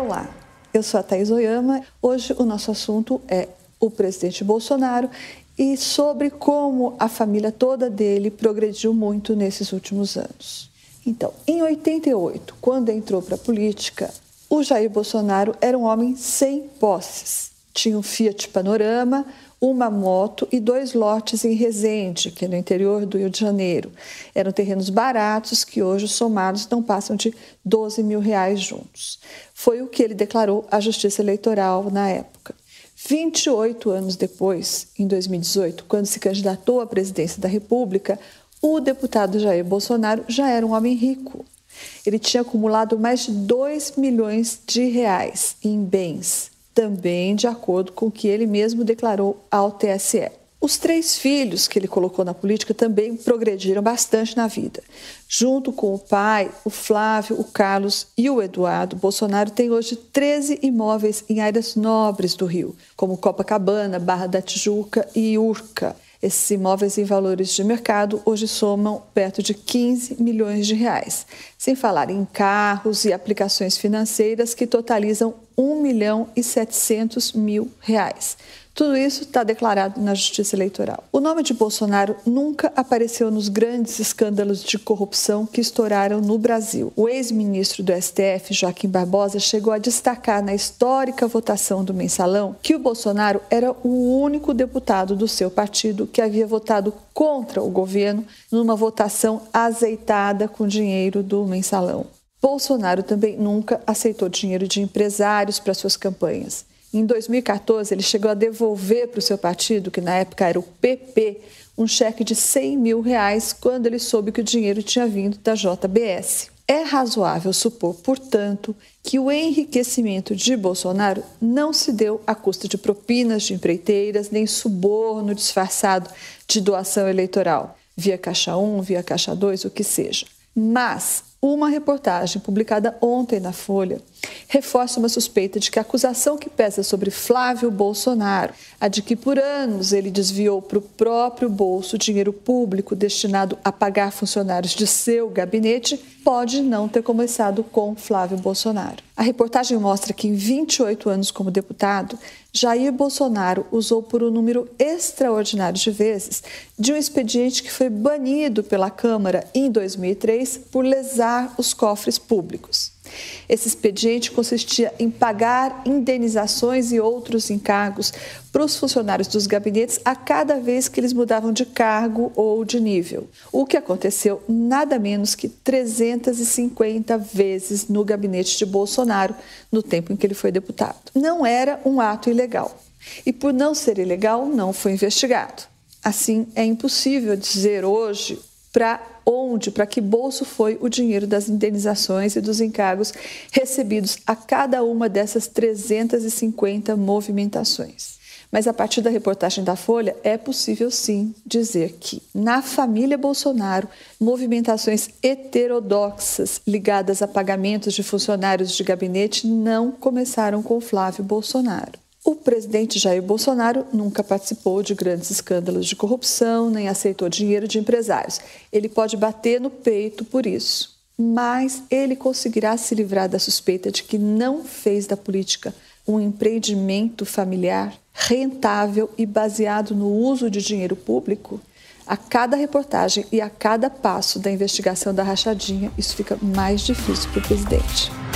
Olá, eu sou a Thaís Oyama. Hoje o nosso assunto é o presidente Bolsonaro e sobre como a família toda dele progrediu muito nesses últimos anos. Então, em 88, quando entrou para a política, o Jair Bolsonaro era um homem sem posses. Tinha um Fiat Panorama, uma moto e 2 lotes em Resende, que é no interior do Rio de Janeiro. Eram terrenos baratos que hoje, somados, não passam de R$12 mil juntos. Foi o que ele declarou à Justiça Eleitoral na época. 28 anos depois, em 2018, quando se candidatou à presidência da República, o deputado Jair Bolsonaro já era um homem rico. Ele tinha acumulado mais de R$2 milhões em bens, também de acordo com o que ele mesmo declarou ao TSE. Os 3 filhos que ele colocou na política também progrediram bastante na vida. Junto com o pai, o Flávio, o Carlos e o Eduardo, Bolsonaro tem hoje 13 imóveis em áreas nobres do Rio, como Copacabana, Barra da Tijuca e Urca. Esses imóveis em valores de mercado hoje somam perto de R$15 milhões, sem falar em carros e aplicações financeiras que totalizam R$1.700.000. Tudo isso está declarado na Justiça Eleitoral. O nome de Bolsonaro nunca apareceu nos grandes escândalos de corrupção que estouraram no Brasil. O ex-ministro do STF, Joaquim Barbosa, chegou a destacar na histórica votação do Mensalão que o Bolsonaro era o único deputado do seu partido que havia votado contra o governo numa votação azeitada com dinheiro do Mensalão. Bolsonaro também nunca aceitou dinheiro de empresários para suas campanhas. Em 2014, ele chegou a devolver para o seu partido, que na época era o PP, um cheque de R$100 mil quando ele soube que o dinheiro tinha vindo da JBS. É razoável supor, portanto, que o enriquecimento de Bolsonaro não se deu à custa de propinas de empreiteiras, nem suborno disfarçado de doação eleitoral, via Caixa 1, via Caixa 2, o que seja. Mas uma reportagem publicada ontem na Folha reforça uma suspeita de que a acusação que pesa sobre Flávio Bolsonaro, a de que por anos ele desviou para o próprio bolso dinheiro público destinado a pagar funcionários de seu gabinete, pode não ter começado com Flávio Bolsonaro. A reportagem mostra que em 28 anos como deputado, Jair Bolsonaro usou por um número extraordinário de vezes de um expediente que foi banido pela Câmara em 2003 por lesar os cofres públicos. Esse expediente consistia em pagar indenizações e outros encargos para os funcionários dos gabinetes a cada vez que eles mudavam de cargo ou de nível, o que aconteceu nada menos que 350 vezes no gabinete de Bolsonaro no tempo em que ele foi deputado. Não era um ato ilegal e, por não ser ilegal, não foi investigado. Assim, é impossível dizer hoje para que bolso foi o dinheiro das indenizações e dos encargos recebidos a cada uma dessas 350 movimentações. Mas a partir da reportagem da Folha, é possível sim dizer que, na família Bolsonaro, movimentações heterodoxas ligadas a pagamentos de funcionários de gabinete não começaram com Flávio Bolsonaro. O presidente Jair Bolsonaro nunca participou de grandes escândalos de corrupção, nem aceitou dinheiro de empresários. Ele pode bater no peito por isso, mas ele conseguirá se livrar da suspeita de que não fez da política um empreendimento familiar rentável e baseado no uso de dinheiro público? A cada reportagem e a cada passo da investigação da rachadinha, isso fica mais difícil para o presidente.